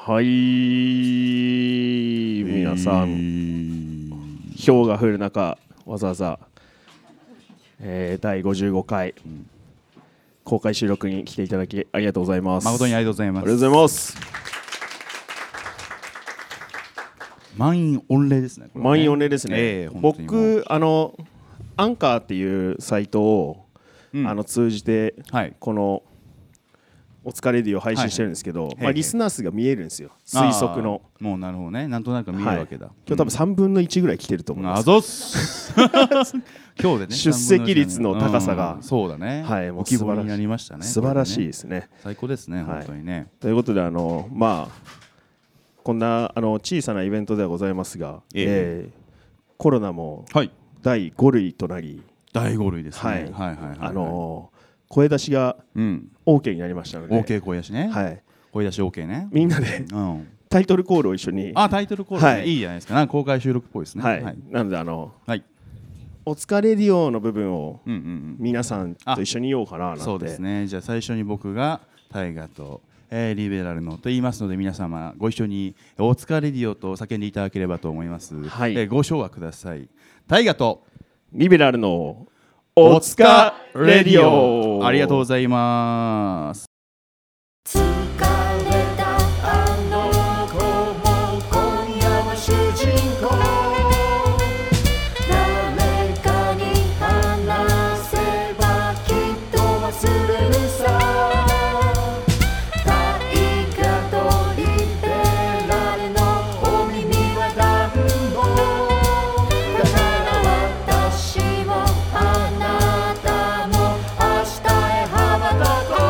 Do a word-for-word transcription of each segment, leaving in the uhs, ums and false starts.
はい皆さん、氷が降る中わざわざ、えー、だいごじゅうごかい、うん、公開収録に来ていただきありがとうございます。 誠にありがとうございます。 ありがとうございます。 満員御礼ですね。これね満員御礼ですね、 えー、 僕あのアンカーっていうサイトを、うん、あの通じて、はい、このお疲れディを配信してるんですけど、はいはい、まあ、リスナー数が見えるんですよ、推測の。 もうなるほどね、なんとなく見えるわけだ、 はい、今日多分さんぶんのいちぐらい来てると思います。 あざっす今日でね、 出席率の高さが、 うん、そうだね、 はい、もう希望になりましたね。 素晴らしいですね。 最高ですね、 はい、 本当にね。 ということで、あのまあこんなあの小さなイベントではございますが、えーえー、コロナもだいご類となり、 だいご類ですね。はいはいはいはい、あのー声出しが OK になりましたので、 うん、OK 声出しね、はい、声出し OK ね。 みんなで、うん、タイトルコールを一緒に。 あ、タイトルコール、ね、はい、いいじゃないですか。なんか公開収録っぽいですね。 はいはい、なのであの、はい、お疲れディオの部分を皆さんと一緒に言おうかななんて。 そうですね。じゃあ最初に僕がタイガと、えー、リベラルのと言いますので、皆様ご一緒にお疲れディオと叫んでいただければと思います。はい、えー、ご唱和ください。タイガとリベラルのおつかレディオ。 ありがとうございます。疲れたあの子も今夜は主人公。誰かに話せばきっと忘れるさ。大河とリベラルのお耳は暖房だから私もあなたも明日へ羽ばたこ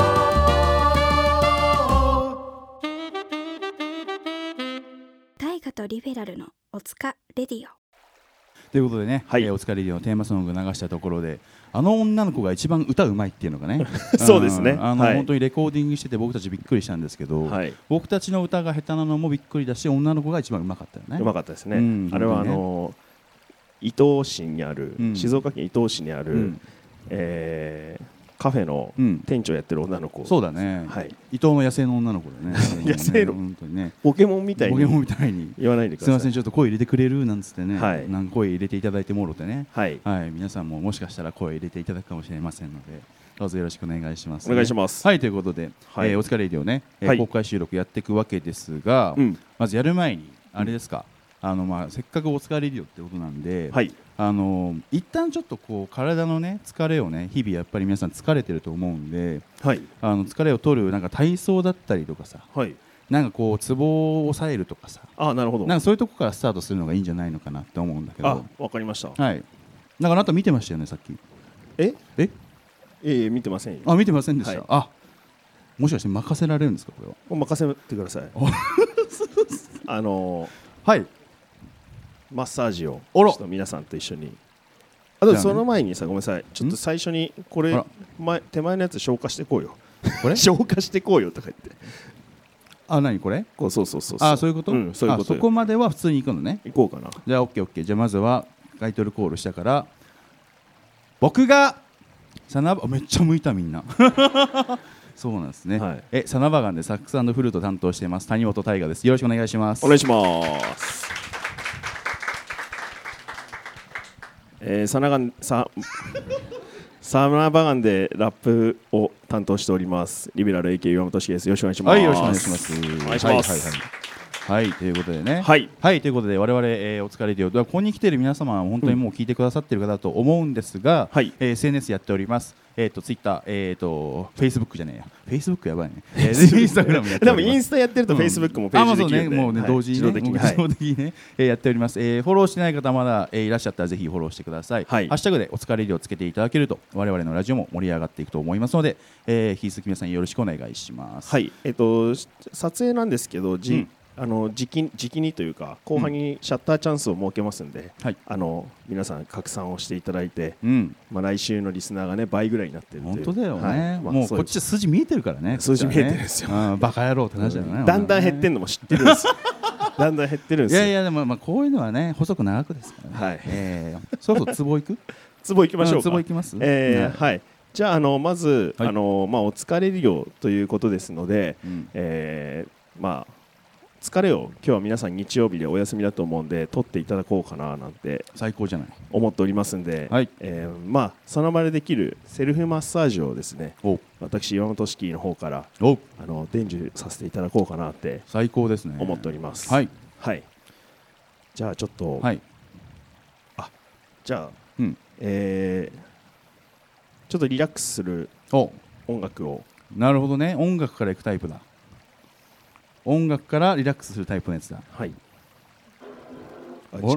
う。大河とリベラルのおつかレディオということでね、はい、えー、おつかレディオのテーマソング流したところで、あの女の子が一番歌うまいっていうのがねそうですね、 あの、 はい、 本当にレコーディングしてて僕たちびっくりしたんですけど、はい、僕たちの歌が下手なのもびっくりだし、女の子が一番うまかったよね。 うまかったですね、うん、あれはあのー、伊東市にある、うん、静岡県伊東市にある、うん、えーカフェの店長やってる女の子、うん、 そうだね、はい、伊東の野生の女の子だね野生の本当にね、ポケモンみたいにポケモンみたいに言わないでください。 すみません、ちょっと声入れてくれるなんつってね、はい、なんか声入れていただいてもろてね、はいはい、皆さんももしかしたら声入れていただくかもしれませんので、どうぞよろしくお願いします、ね、 お願いします。 はい、ということで、はい、えー、お疲れレディオね、えーはい、公開収録やっていくわけですが、うん、まずやる前にあれですか、うん、あのまあせっかくお疲れレディオってことなんで、はい、あの一旦ちょっとこう体のね疲れをね、日々やっぱり皆さん疲れてると思うんで、はい、あの疲れを取るなんか体操だったりとかさ、はい、なんかこうツボを抑えるとかさ、 あ、なるほど、 なんかそういうとこからスタートするのがいいんじゃないのかなって思うんだけど。 あ、わかりました。 はい、なんかあなた見てましたよねさっき。 ええええ、見てませんよ。 あ、見てませんでした、はい、あ、もしかして任せられるんですかこれは。 任せてくださいあのー、はい、 マッサージをちょっと皆さんと一緒に。あとその前にさ、ごめんなさい、ちょっと最初にこれ前手前のやつ消化していこうよこれ消化していこうよとか言って。 あ、何これ、 こう、そうそうそう、 あ、そういうこと、うん、 そういうこと。 そこまでは普通に行くのね。 行こうかな。 じゃあ オーケーオーケー、じゃあまずはタイトルコールしたから、僕がサナバ、めっちゃ向いたみんなそうなんですね、はい、えサナバガンでサックス&フルート担当しています谷本大我です。よろしくお願いします。 お願いします。えー、サナガンササナバガンでラップを担当しておりますリベラル エーケー 岩本茂です。よろしくお願いします。 はい、よろしくお願いします。 お願いします。 はいはいはいはい、ということでね、 はい、 はい、ということで我々、えー、お疲れディオではここに来ている皆様は本当にもう聞いてくださっている方だと思うんですが、うん、えー、エスエヌエス やっております。えっ、ー、とツイッター、えっ、ー、とフェイスブックじゃねえや、フェイスブックやばいね。えー、インスタグラムやっております。 でもインスタやってるとフェイスブックもページできるんで、 うん、あ、まあそうね、もうね、はい、同時にね、自動的に、自動的にね、えー、やっております。えー、フォローしてない方まだ、えー、いらっしゃったらぜひフォローしてください。はい、ハッシュタグでお疲れディオをつけていただけると我々のラジオも盛り上がっていくと思いますので、えー、引き続き皆さんよろしくお願いします。 はい、えっ、ー、と撮影なんですけど、じ、うん、あの時期、時期にというか後半にシャッターチャンスを設けますんで、うん、あの皆さん拡散をしていただいて、うん、まあ、来週のリスナーが、ね、倍ぐらいになってるんで。 本当だよね、はい、まあ、もうこっち数字見えてるからね。 数字見えてるんですよ、 ね、バカ野郎って話だよね、うん、 だんだん減ってるのも知ってるんですよだんだん減ってるんですよ。 いやいや、でもまあこういうのはね細く長くですからね、はい、えー、そろそろツボいくツボいきましょうか。 ツボいきます、 えー、はい、じゃあ、あのまず、はい、あのまあ、お疲れディオということですので、うん、えー、まあ疲れを今日は皆さん日曜日でお休みだと思うんで取っていただこうかななんて最高じゃない思っておりますんで、はい、えー、まあその場でできるセルフマッサージをですね、私岩本式の方からあの伝授させていただこうかなって最高ですね思っております。 はい、 はい、じゃあちょっと、 はい、 あじゃあ、うん、えー、ちょっとリラックスする音楽を。 なるほどね、音楽からいくタイプだ。音楽からリラックスするタイプのやつだ。 はい。 あ、違う。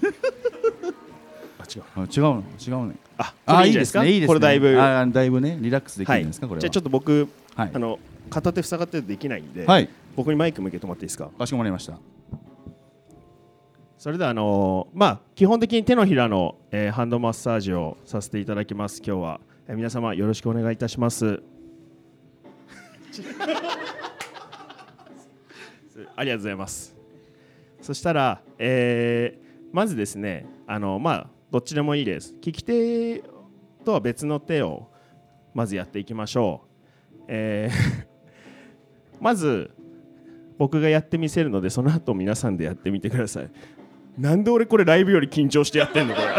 あ、違うの、違うね。 あ、あ、いいですか。いいですね。これだいぶ、 あ、だいぶね、リラックスできるんですか、これは。 じゃあちょっと僕、あの片手塞がってできないんで、僕にマイク向けてもらっていいですか。 かしこまりました。 それではあのまあ基本的に手のひらのハンドマッサージをさせていただきます。今日は皆様よろしくお願いいたします。ありがとうございます。そしたら、えー、まずですね、あのまあどっちでもいいです。利き手とは別の手をまずやっていきましょう。えー、まず僕がやってみせるので、その後皆さんでやってみてください。なんで俺これライブより緊張してやってんのこれ、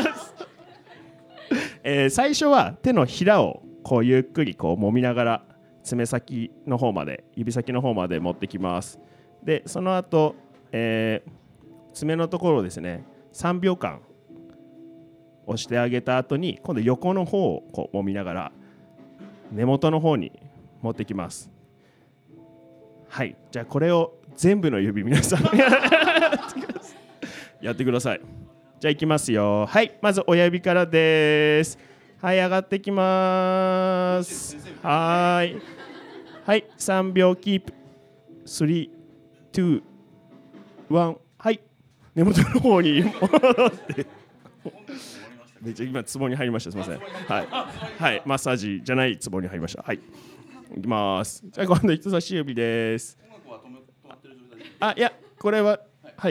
えー、最初は手のひらをこうゆっくりこう揉みながら爪先の方まで、指先の方まで持ってきます。でその後、えー、爪のところをですねさんびょうかん押してあげた後に、今度横の方をこう揉みながら根元の方に持ってきます。はい、じゃあこれを全部の指皆さんやってください。じゃあいきますよ。はい、まず親指からです。はい、上がってきます。はい、はい、さんびょうキープ。スリー、ツー、ワン、はい、根元の方に戻ってめっちゃ今ツボに入りました。すみません。はい、はい、マッサージじゃないツボに入りました。はい、いきます。じゃあ今度人差し指です。あ、いや、これははい。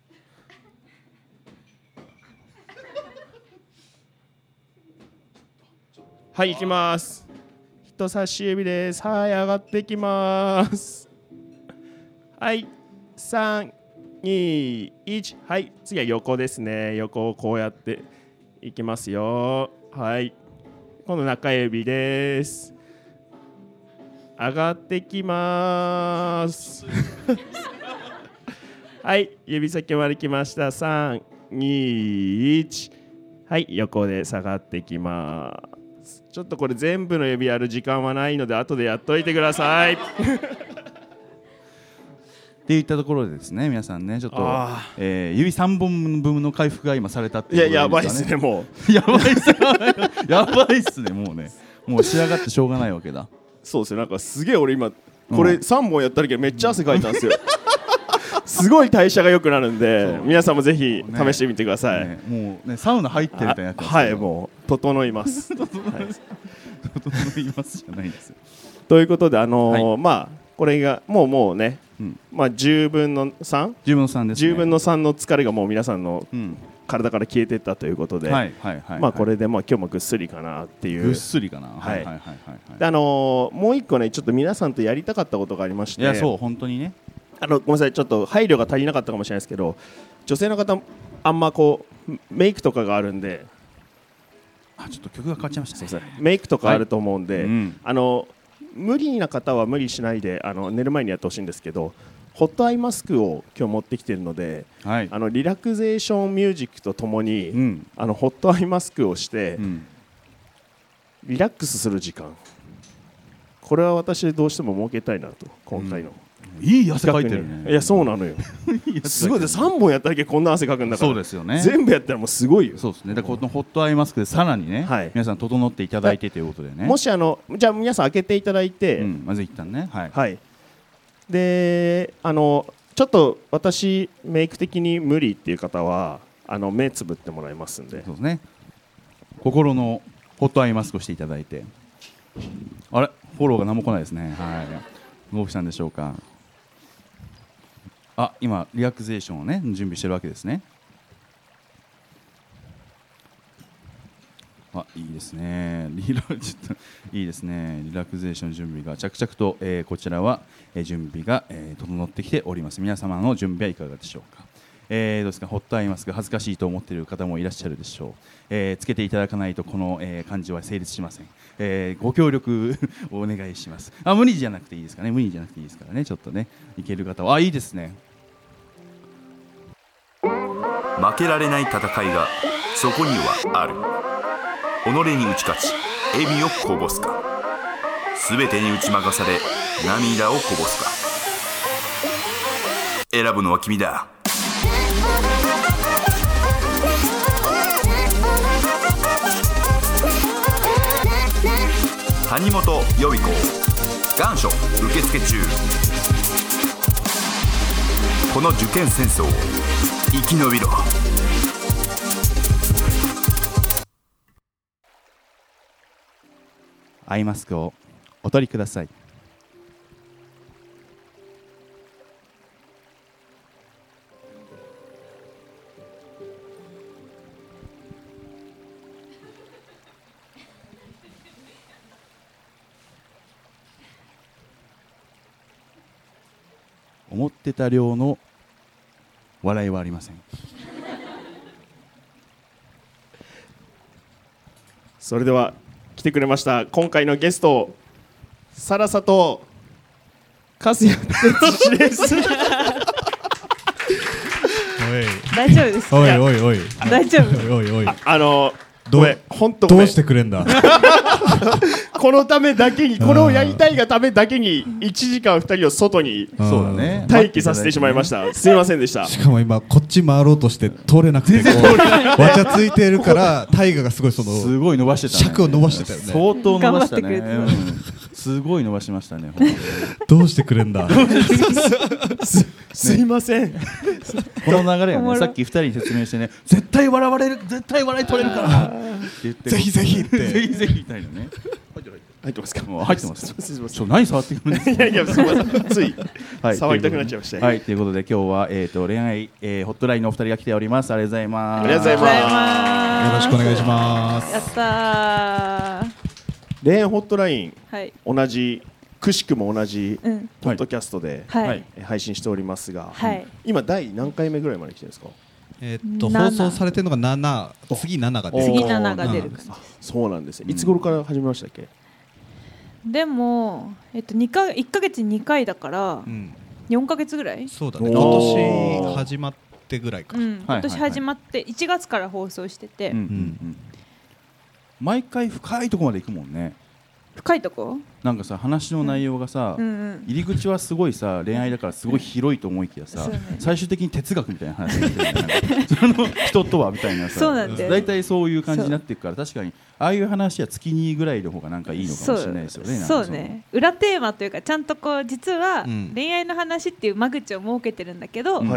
はい、行きます。人差し指です。はい、上がってきます。はい、さん、に、いち、はい、次は横ですね。横をこうやっていきますよ。はい、今度中指です。上がってきます。はい、指先まで来ました。さん、に、いち、はい、横で下がってきます。ちょっとこれ全部の指やる時間はないので後でやっといてください。 っていったところでですね、皆さんね、ちょっと、えー、指さんぼんぶんの回復が今されたっていう、ね、いや、やばいっすね、もう。やばいっすね、やばいっすね、もうね。もう仕上がってしょうがないわけだ。 そうですね、なんかすげえ俺今、これさんぼんやった時めっちゃ汗かいたんですよ。すごい代謝が良くなるんで、皆さんもぜひ試してみてください。 ねね、もうね、サウナ入ってるみたいになってます。 はい、もう整います。 整いますじゃないんですよ。 ということで、あのーはい、まあこれがもうもうね、うん、まあじゅうぶんのさん、 じゅうぶんのさんですね。 じゅうぶんのさんの疲れがもう皆さんの体から消えていったということで、まあこれでまあ今日もぐっすりかなっていう。 ぐっすりかな。はいはいはいはい。 で、あのー、もう一個ね、ちょっと皆さんとやりたかったことがありまして。 いや、そう本当にね。 あのごめんなさい、ちょっと配慮が足りなかったかもしれないですけど、女性の方あんまこうメイクとかがあるんで、 あ、ちょっと曲が変わっちゃいましたね。 すいません、メイクとかあると思うんで、はい、うん、あの無理な方は無理しないで、あの寝る前にやってほしいんですけど、ホットアイマスクを今日持ってきているので、はい、あのリラクゼーションミュージックとともに、うん、あのホットアイマスクをして、うん、リラックスする時間、これは私どうしても設けたいなと、今回の。うん、 いい汗かいてるね。 いや、そうなのよ。すごいで、さんぼんやっただけこんな汗かくんだから。 そうですよね。 全部やったらもうすごいよ。 そうですね。で、このホットアイマスクでさらにね、はい、皆さん整っていただいてということでね。 もしあのじゃあ皆さん開けていただいて、 うん、まず一旦ね、はい。 はい。で、あのちょっと私メイク的に無理っていう方はあの目つぶってもらいますんで。 そうですね。心のホットアイマスクをしていただいて。あれ、フォローが何も来ないですね。はい。どうしたんでしょうか。あ、今リラクゼーションをね準備してるわけですね。あ、いいですですね。リラちょっといいですね。リラクゼーション準備が着々と、えー、こちらは、えー、準備が、えー、整ってきております。皆様の準備はいかがでしょうか。えー、どうですか。ホットアイマスク恥ずかしいと思っている方もいらっしゃるでしょう。えー、つけていただかないとこの、えー、漢字は成立しません。えー、ご協力をお願いします。あ、無理じゃなくていいですかね。無理じゃなくていいですからね。ちょっとね、いける方は、あ、いいですね。 負けられない戦いがそこにはある。己に打ち勝ち笑みをこぼすか、全てに打ち負かされ涙をこぼすか。選ぶのは君だ。谷本予備校願書受付中。この受験戦争を生き延びろ。 アイマスクをお取りください。思ってた量の笑いはありません。 それでは来てくれました今回のゲスト、サラサとカスヤ哲司です。 大丈夫ですか。 おいおいおい大丈夫。 おいおいあ、あのどう本当どうしてくれんだ。 このためだけに、これをやりたいがためだけにいちじかんふたりを外にそうだね待機させてしまいました。すいませんでした。 しかも今こっち回ろうとして通れなくて、こうわちゃついてるから大河がすごいそのすごい伸ばしてたね。 尺を伸ばしてたよね。 相当伸ばしたね。 頑張ってくれてたうんすごい伸ばしましたね。 どうしてくれんだ。 す, すいません。 この流れはね、さっきふたりに説明してね、絶対笑われる、絶対笑い取れるからって言ってぜひぜひってぜひぜひみたいなね。 入ってますか。 もう入ってますよ。 すいません。 ちょ何触ってくるんですか。 いやいや、すみません。つい、 はい、 触りたくなっちゃいました。 はい、ということで今日は、えー、と恋愛、えー、ホットラインのお二人が来ております。ありがとうございます。 ありがとうございます。 よろしくお願いします。 やったー。 恋愛ホットライン、 はい、 同じくしくも同じ、 うん、 ポッドキャストで、 はい、 配信しておりますが、 はい、 今第何回目ぐらいまで来てるんですか。 えー、っと放送されてるのがなな、次ななが出る。 次ななが出る。 そうなんですね。いつ頃から始めましたっけ。 うん、でも、えっと、にかいっかげつにかいだから、うん、よんかげつぐらい。 そうだね。今年始まってぐらいか、 うん、今年始まっていちがつから放送してて、うんうんうん、 毎回深いところまで行くもんね。 深いとこなんかさ、話の内容がさ、うんうんうん、入り口はすごいさ恋愛だからすごい広いと思いきやさ、ね、最終的に哲学みたいな話になってる、ね、その人とはみたいなさ、だいたいそういう感じになっていくから、確かにああいう話は月にぐらいの方がなんかいいのかもしれないですよね。 そうね、裏テーマというかちゃんとこう実は恋愛の話っていう間口を設けてるんだけど、うんうんうん、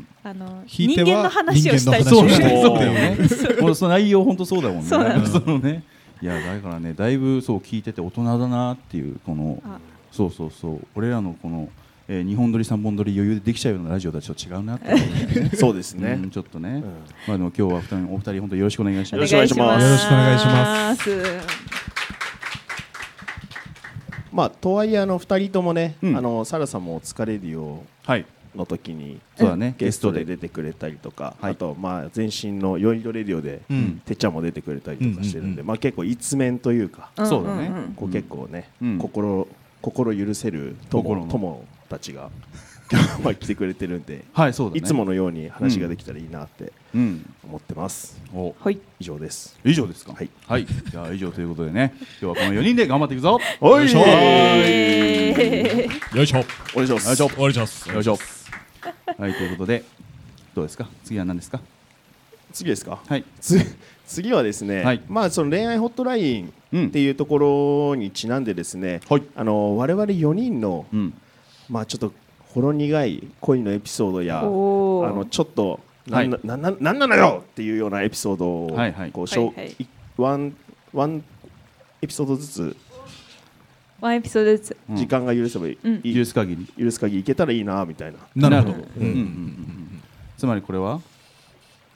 あの人間の話をしたいっていう、 もうその内容本当そうだもんね。そうそのね、いやだからね、だいぶそう聞いてて大人だなっていう、このそうそうそう、俺らのこの、えー、にほん撮りさんぼん撮り余裕でできちゃうようなラジオとはちょっと違うなって、ね、 そうですね、 うん、ちょっとね、うん、まあでも今日はふたりお二人本当よろしくお願いします。 よろしくお願いします。 よろしくお願いします。 まあとはいえあのふたりともね、うん、あのサラさんもお疲れディオの時に、 そうだね、 ゲストで出てくれたりとか、はい、あとまあ前身のよいどレディオで、うん、てっちゃんも出てくれたりとかしてるんで、うんうんうん、まあ結構一面というか、 うん、そうだね、 こう結構ね、うん、心心許せる友友たちがまあ来てくれてるんで、 はい、そうだね、 いつものように話ができたらいいなって思ってます。 うん、 はい、 以上です。 以上ですか。 はい、 はい、じゃあ以上ということでね、今日はこのよにんで頑張っていくぞ。 よいしょ。 よいしょ。 お願いします。 よいしょ。お願いします。 よいしょ。はい、ということでどうですか。次は何ですか。 次ですか。 はい。 つ次はですね、はい、まあその恋愛ホットラインっていうところにちなんでですね、うん、あの我々よにんの、うん、まあちょっとほろ苦い恋のエピソードや、あのちょっとなん、はい、な, な, なんなのよっていうようなエピソードを、はいはい、こう、はいはい、ワンワンエピソードずつ。 ワンエピソードずつ時間が許せばいい、 うん、許す限り許す限りいけたらいいなみたいな。 なるほど。 つまりこれは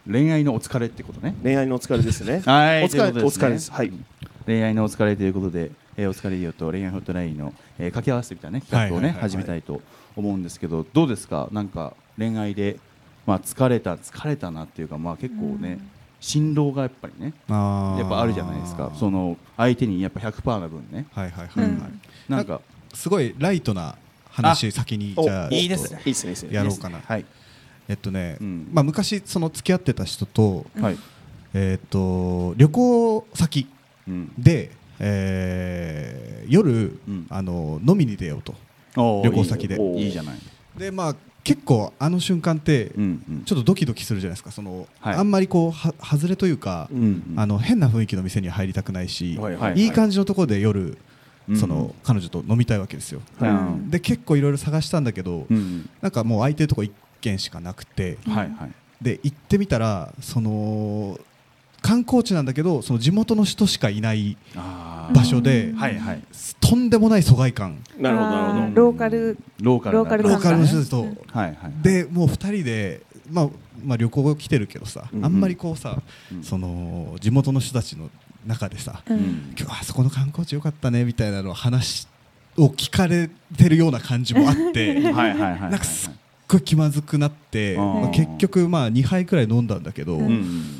恋愛のお疲れってことね。 恋愛のお疲れですね。 はい、 お疲れ、お疲れです。はい。 恋愛のお疲れということで、えー、お疲れよと恋愛ホットラインの、えー、掛け合わせみたいな、ね、企画をね、はいはいはいはい、始めたいと思うんですけど、どうですか、なんか恋愛で、まあ、疲れた疲れたなっていうか、まあ、結構ね、心労がやっぱりねやっぱあるじゃないですか。その相手にやっぱ ひゃくパーセント な分ね、 はいはいはい、はい、うん、 なんかすごいライトな話先にじゃあいいですね、 いいですね、 やろうかな。 はい、 えっとね、うん、まあ、昔その付き合ってた人と、 はい、 えっと旅行先で、うん、えー、夜、うん、あの飲みに出ようと、旅行先でいいじゃない。 でまあ結構あの瞬間ってちょっとドキドキするじゃないですか。その、はい、あんまりこうは外れというか、うんうん、あの変な雰囲気の店には入りたくないし、はいはいはい、いい感じのところで夜、うん、その彼女と飲みたいわけですよ、うん、で結構いろいろ探したんだけど、うん、なんかもう空いてるとこ一軒しかなくて、うん、で行ってみたらその観光地なんだけどその地元の人しかいない場所で、はいはい、とんでもない疎外感。 なるほどなるほど。 ローカルローカルローカルローカルの人と、 はいはい、 でもうふたりで、まあまあ、旅行来てるけどさ、うん、あんまりこうさ、うん、その地元の人たちの中でさ、うん、今日あそこの観光地よかったねみたいなの話を聞かれてるような感じもあってなんかすっごい気まずくなって、まあ、結局まあにはいくらい飲んだんだけど、うん、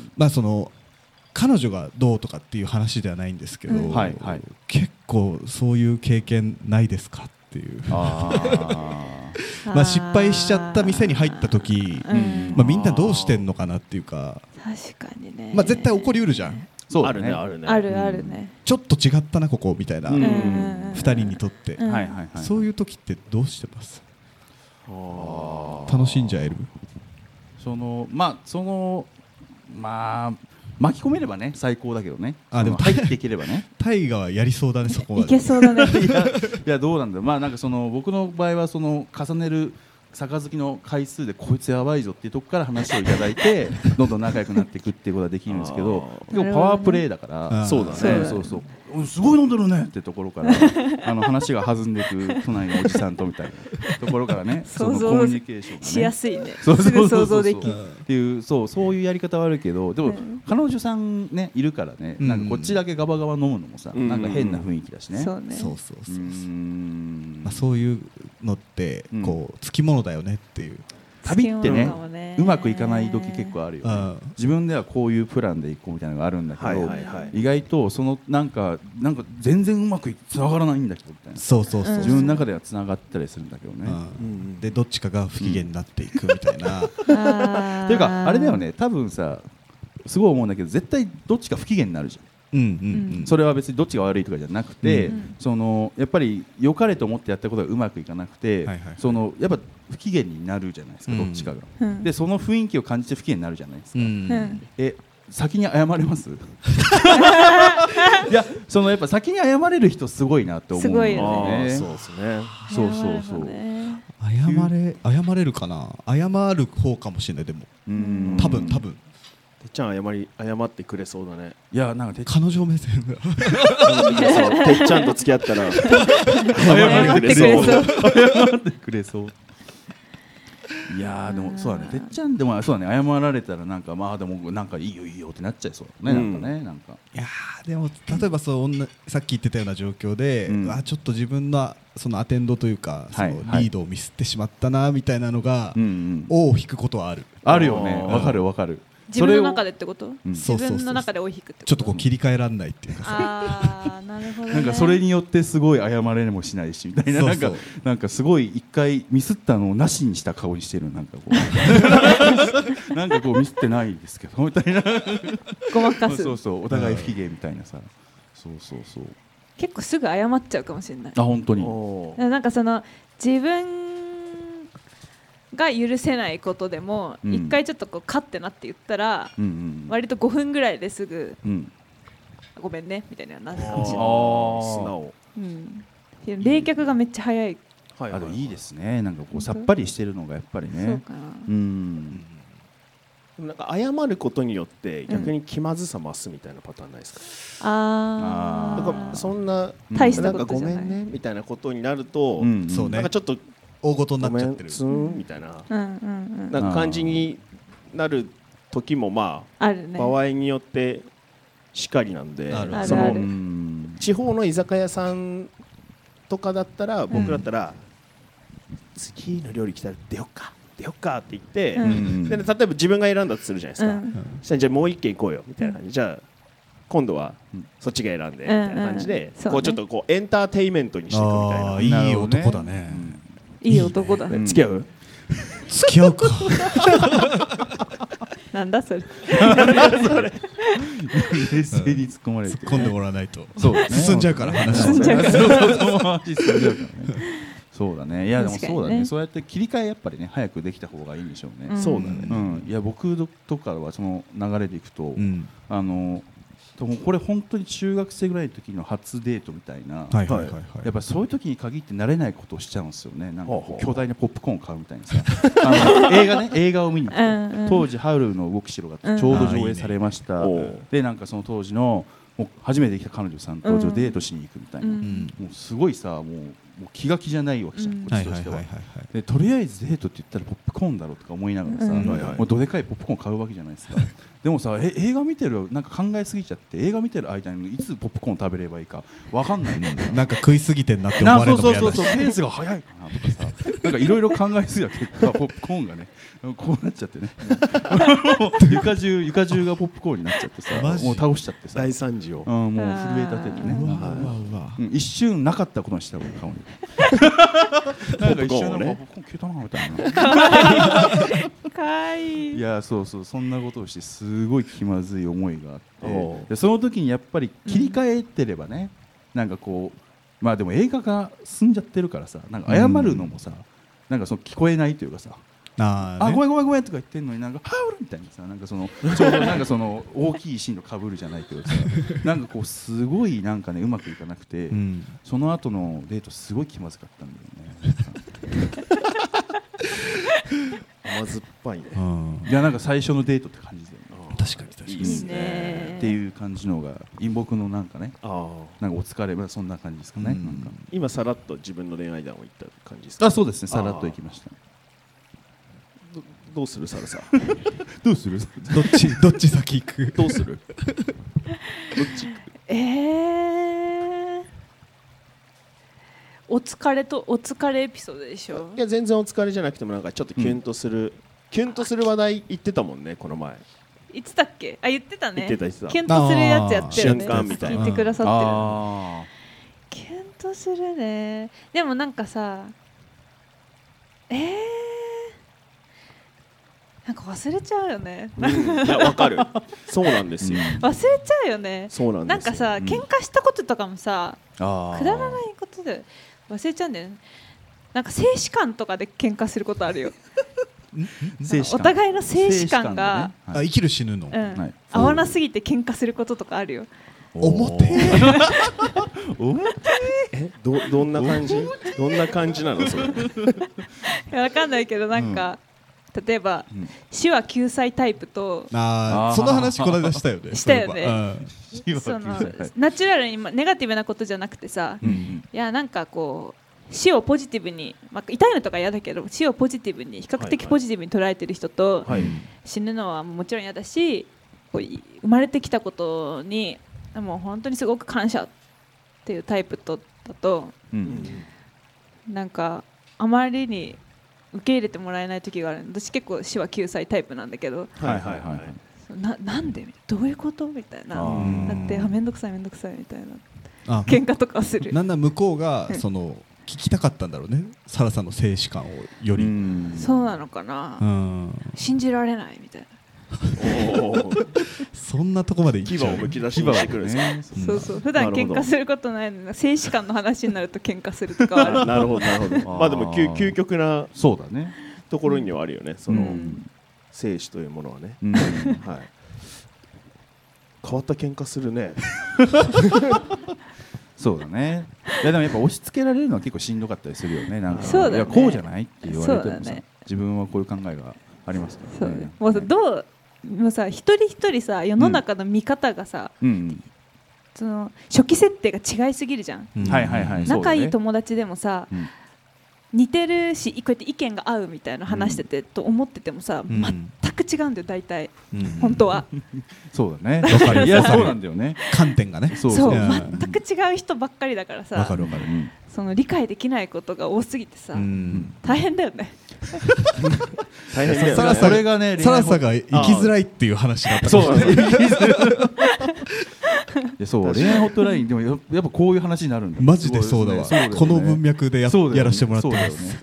まあその彼女がどうとかっていう話ではないんですけど、うん、はいはい、結構そういう経験ないですかっていうあまあ失敗しちゃった店に入った時、うんまあ、みんなどうしてんのかなっていうか、 確かにね、 まあ、絶対起こりうるじゃん。 そうだね、あるねあるあるね、 ちょっと違ったなここみたいな、うん、ふたりにとって、うん、そういう時ってどうしてます？あ楽しんじゃえる？ そのまあそのまあ巻き込めればね最高だけどね。あでも入っていければね。 大河はやりそうだねそこは。 いけそうだね。 いやいやどうなんだろう。まあなんかその僕の場合はその重ねる杯の回数でこいつやばいぞっていうところから話をいただいてどんどん仲良くなっていくっていうことができるんですけど、でもパワープレイだからそうだね。 そうそうすごい飲んでるねってところからあの話が弾んでいく都内のおじさんとみたいなところからねそのコミュニケーションがねしやすいね。すぐ想像できるっていうそうそういうやり方はあるけど、でも彼女さんねいるからね、なんかこっちだけガバガバ飲むのもさなんか変な雰囲気だしね。 そうね。 そうそうそうそう。まあそういうのってこうつきものだよねっていう。 旅ってねうまくいかない時結構あるよね。自分ではこういうプランで行こうみたいなのがあるんだけど、はいはいはい、意外とそのなんかなんか全然うまくつながらないんだけどみたいな。 そうそうそう。 自分の中ではつながったりするんだけどね。 うん、でどっちかが不機嫌になっていくみたいな。 というかあれだよね、多分さすごい思うんだけど絶対どっちか不機嫌になるじゃん。うんうんうん、それは別にどっちが悪いとかじゃなくて、うん、そのやっぱり良かれと思ってやったことがうまくいかなくて、はいはいはい、そのやっぱ不機嫌になるじゃないですか、うん、どっちかが、うん、でその雰囲気を感じて不機嫌になるじゃないですか、うん、え先に謝れますいやそのやっぱ先に謝れる人すごいなって思う。すごいよね。そうですね。そうそうそう。 謝れ謝れるかな。謝る方かもしれない。でもうん多分多分てっちゃん謝り謝ってくれそうだね。 いやなんか彼女目線がてっちゃんと付き合ったら謝ってくれそう謝ってくれそう。いやでもそうだね、てっちゃんでもそうだね、謝られたらなんかまあでもなんかいいよいいよってなっちゃいそうだね、うん、なんかねなんかいやでも例えばそうさっき言ってたような状況で、うん、あちょっと自分のそのアテンドというか、そのリードをミスってしまったなみたいなのが尾を引くことはある。 あるよね。わかるわかる。 自分の中でってこと？うん、自分の中で追い引くってこと？ ちょっとこう切り替えられないっていうかさ。 あーなるほどね。 なんかそれによってすごい謝れもしないしみたいな、なんかなんかすごい一回ミスったのをなしにした顔にしてる、なんかこうなんかこうミスってないですけどみたいな。 ごまかす。 そうそうお互い不機嫌みたいなさ。そうそうそう。 結構すぐ謝っちゃうかもしれない。 あ本当に。 なんかその自分が許せないことでも一、うん、回ちょっとこうカッてなって言ったら、うんうん、割とごふんぐらいですぐ、うん、ごめんねみたいななるかもしれない。素直、うん、冷却がめっちゃ早い。 はいはいはい、あといいですね。なんかこうさっぱりしてるのがやっぱりね。そうかな。うん。 なんか謝ることによって逆に気まずさ増すみたいなパターンないですか？うん、ああ。なんかそんな大したことじゃない。なんかごめんねみたいなことになると、うんうん、そうね。なんかちょっと大ごとになっちゃってるツーンみたいな、うんうんうん、なんか感じになる時もまあ、 あるね、 場合によってしかりなんで、 あるそのある地方の居酒屋さんとかだったら僕だったら、うん、次の料理来たら出よっか出よっかって言って、うん、で例えば自分が選んだとするじゃないですか、うん、そしたらじゃあもう一軒行こうよみたいな感じ、うん、じゃあ今度はそっちが選んでみたいな感じで、うんうん、こうちょっとこうエンターテインメントにしていくみたいな。 いい男だね、 うん、いい男だね、 うん、付き合う付き合うかなんだそれそれ冷静に突っ込まれて、 突っ込んでもらわないとそう、ね、 進んじゃうから話進んじゃうからそうだね。いやでもそうだね、ね、そうやって切り替えやっぱりね早くできた方がいいんでしょうね、 うん、そうだね、 うん、いや僕とかはその流れでいくと、うん、あのこれ本当に中学生ぐらいの時の初デートみたいな、はいはいはいはい、やっぱそういう時に限って慣れないことをしちゃうんですよね。なんか巨大なポップコーンを買うみたいなさあの映画ね映画を見に行って、うんうん、当時ハウルの動く城がちょうど上映されました、うん、いいね、でなんかその当時のもう初めて来た彼女さんとデートしに行くみたいな、うん、もうすごいさもうもう気が気じゃないわけじゃん、うん、こっちとしては。でとりあえずデートって言ったらポップコーンだろうとか思いながらさ、うん、もうどでかいポップコーン買うわけじゃないですかでもさえ映画見てるなんか考えすぎちゃって映画見てる間にいつポップコーン食べればいいか分かんないねなんか食いすぎてんなって思われるのも嫌だし、 そうそうそうペースが早いかなとかさなんかいろいろ考えすぎた結果ポップコーンがねこうなっちゃってね床中床中がポップコーンになっちゃってさもう倒しちゃってさ大惨事を、 うん、もう震えたてでね、うん、一瞬なかったことにした俺顔になんか一瞬なんかポップコーン消えたなみたいなかわいい。 いやそうそうそんなことをしてすごい気まずい思いがあってでその時にやっぱり切り替えてればね、うん、なんかこうまあでも映画が進んじゃってるからさなんか謝るのもさ、うん、なんかその聞こえないというかさあ, あごめんごめんごめんとか言ってんのになんかハウルみたいにさなんかそのちょうどなんかその大きいシーンと被るじゃないけどさなんかこうすごいなんかねうまくいかなくて、うん、その後のデートすごい気まずかったんだよね甘酸っぱいね、 うん、いやなんか最初のデートって感じだよね。 確かに確かにいいですねっていう感じのが陰木のなんかねあなんかお疲れ、まあ、そんな感じですかね、うん、なんか今さらっと自分の恋愛談を言った感じですか。 あそうですねさらっといきましたど, どうするサラさどうするどっちどっち先行くどうするどっちえーお疲れとお疲れエピソードでしょ。 いや全然お疲れじゃなくてもなんかちょっとキュンとする、うん、キュンとする話題言ってたもんねこの前。 言ってたっけ。あ言ってたね。 言ってた言ってたキュンとするやつやってるね。 瞬間みたいな聞いてくださってる。キュンとするね。でもなんかさえーなんか忘れちゃうよね。 うん、いやわかる。そうなんですよ。 忘れちゃうよね。 そうなんですよ。 なんかさ、うん、喧嘩したこととかもさ、くだらないことで忘れちゃうんだよね。なんか静止感とかで喧嘩することあるよ。お互いの静止感が、 ねはい、あ生きる死ぬの、 うんはい、合わなすぎて喧嘩することとかあるよ。 表え ど, どんな感じどんな感じなのそれ。いやわかんないけどなんか、うん、例えば、うん、手話救済タイプとあその話この間したよね。 したよね。そのナチュラルにネガティブなことじゃなくてさ、うんうん、いやなんかこう死をポジティブに、まあ、痛いのとか嫌だけど死をポジティブに比較的ポジティブに捉えてる人と、はいはい、死ぬのはもちろん嫌だしこう生まれてきたことにもう本当にすごく感謝っていうタイプとだと、うん、なんかあまりに受け入れてもらえない時がある。私結構死は救済タイプなんだけど、はいはいはい、な, なんでどういうことみたいなだってあめんどくさいめんどくさいみたいな喧嘩とかする。 なんだ向こうがその聞きたかったんだろうねサラさんの静止感をより。 うんそうなのかな。うん信じられないみたいな。 おそんなとこまで牙をむき出しにしてくるんですね。 そうそう普段喧嘩することないのに静止感の話になると喧嘩するとかはある。 なるほどなるほど。まあでも 究, 究極なそうだねところにはあるよね、うん、その、うん、生死というものはね、うんはい、変わった喧嘩するね。 そうだね。いやでもやっぱ押し付けられるのは結構しんどかったりするよね。なんかそうだね、 いやこうじゃないって言われてもさ、ね、自分はこういう考えがありますからね。 そうねもうどうもうさ一人一人さ世の中の見方がさ、うん、その初期設定が違いすぎるじゃん、うん、仲いい友達でもさ、うん、似てるしこうやって意見が合うみたいな話してて、うん、と思っててもさ、うん、全く違うんだよ大体、うん、本当はそうだねわかるいやそうなんだよね観点がねそうそう全く違う人ばっかりだからさわかるわかる、うん、 その理解できないことが多すぎてさ、うん、大変だよね大変だよね。 サラそれがねサラサが生きづらいっていう話だったそうねそう恋愛ホットラインでもやっぱこういう話になるんだマジでそうだわ、ね、この文脈で や,、ね、やらせてもらってます、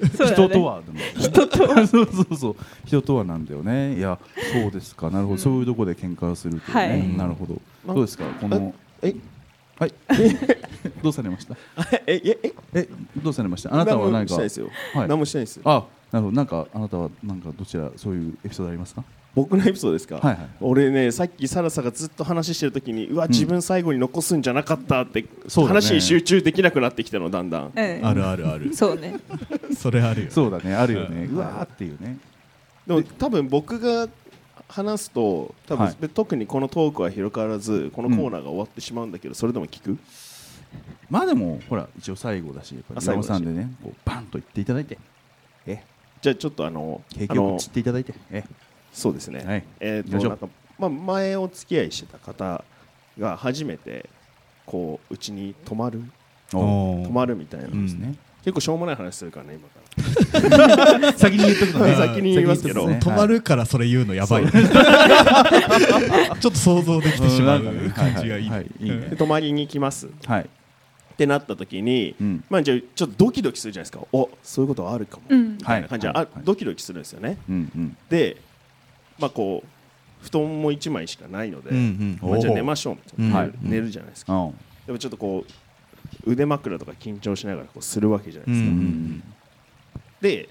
ね、人とは人とはそうそうそう人とはなんだよね。いやそうですかなるほど、うん、そういうところで喧嘩をするというね、はい、なるほどどうですかこのえはいどうされましたえええどうされましたあなたは何か何もしないですよ、はい、何もしないですよ。 あなるほどなんかあなたはなんかどちらそういうエピソードありますか。 僕のエピソードですか、はいはい、俺ねさっきサラサがずっと話してるときにうわ、うん、自分最後に残すんじゃなかったって、ね、話に集中できなくなってきたのだんだん、 ええ、 あるあるあるそうねそれあるよそうだねあるよね、うん、うわーっていうね。 でも多分僕が話すと多分、はい、特にこのトークは広がらずこのコーナーが終わってしまうんだけど、うん、それでも聞く。 まあでもほら一応最後だし岩尾さんでねこうバンと言っていただいてえじゃあちょっとあの景気を散っていただいてえそうですね、はい、えーとなんかまあ、前お付き合いしてた方が初めてこううちに泊まる泊まるみたいなですね、うん、結構しょうもない話するからね今から先に言っとくのね先に言いますけど、 ね、泊まるからそれ言うのやばい、ね、はい、ちょっと想像できてしまう感じがいい、はいはいはい、 泊まりに行きます、 はい、 ってなった時に、うん、まあじゃあちょっとドキドキするじゃないですか。おそういうことあるかも、うん、みたいな感じで、はいはいはい、ドキドキするんですよね、うんうん、でまあこう布団もいちまいしかないので、うんうんまあ、じゃあ寝ましょうみたいな、はい、寝るじゃないですか、うん、でもちょっとこう腕枕とか緊張しながらこうするわけじゃないですか、うんうん、で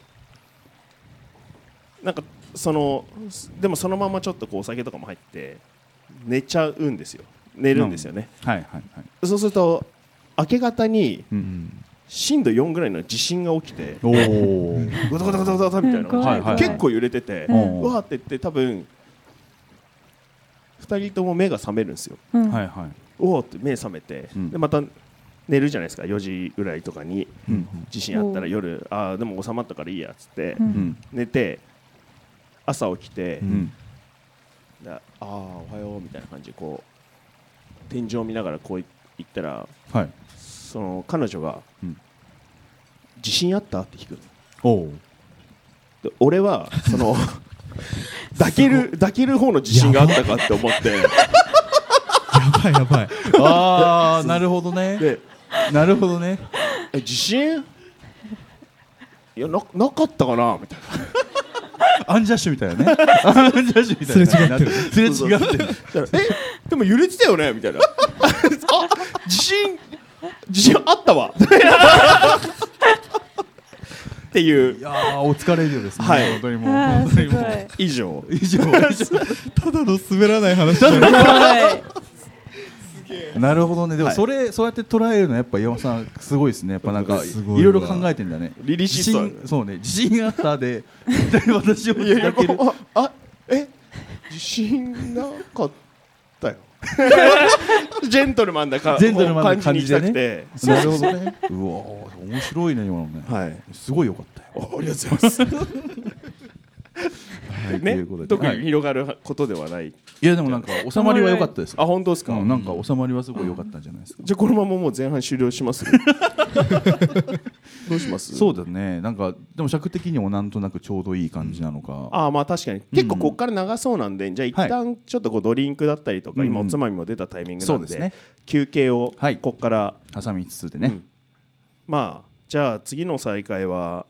なんかそのでもそのままちょっとこうお酒とかも入って寝ちゃうんですよ寝るんですよね、 うんはいはいはい、 そうすると明け方に、うん震度よんぐらいの地震が起きてゴタゴタゴタゴタみたいなのが結構揺れてて、うん、わーって言って多分ふたりとも目が覚めるんですよ、うん、おーって目覚めて、うん、でまた寝るじゃないですか。よじぐらいとかに、うん、地震あったら夜あーでも収まったからいいやっつって、うん、寝て朝起きて、うん、であーおはようみたいな感じでこう天井を見ながらこう行ったら、はいその彼女が、うん、地震あったって聞くおで俺はその抱ける抱ける方の地震があったかって思ってやばいやばいああなるほどねでなるほどねえ地震いや な, なかったかなみたいなアンジャッシュみたいなねアンジャッシュみたいなすれ違ってるすれ違ってるえでも揺れてたよねみたいなあ地震地震あったわっていういやーお疲れ量ですね、 はい、 本当にもう本当にもう以上以上ただの滑らない話じゃないなるほどね。でもそれ、はい、そうやって捉えるのやっぱ岩間さんすごいですね。やっぱなんかいろいろ考えてんだね。 リリシスト、ね、 そうね地震があったで私をいやけるああえ地震なかったよジェントルマンだかジェントルマンな感じでね。 なるほどね。うわ面白いね今のね。はい。すごい良かったよ。 ありがとうございます。はいね、特に広がることではない、はい、いやでもなんか収まりは良かったです。 あ本当ですか、 うん、なんか収まりはすごい良かったんじゃないですか。 じゃあこのままもう前半終了しますどうします。 そうだね。なんかでも尺的にもなんとなくちょうどいい感じなのか、うん、 ああまあ確かに結構ここから長そうなんで、うん、じゃあ一旦ちょっとこうドリンクだったりとか、はい、今おつまみも出たタイミングなんで、うんね、休憩をここから、 はい、挟みつつでね、うん、 まあじゃあ次の再開は、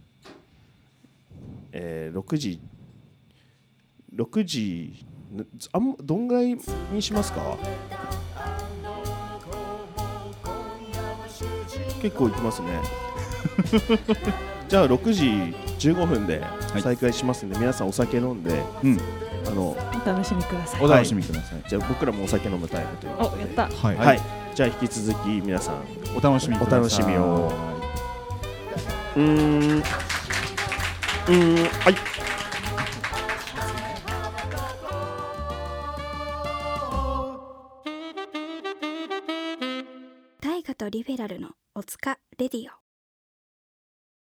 えー、ろくじろくじあんどんぐらいにしますか。結構いきますねじゃあろくじじゅうごふんで再開しますんで、はい、皆さんお酒飲んで、うん、あのお楽しみください。 お楽しみください、 はい、じゃあ僕らもお酒飲むタイムということで、 おやった、 はいはい、じゃあ引き続き皆さんお楽しみください。 お楽しみを。うーんうーんはい大河とリベラルのおつかレディオ。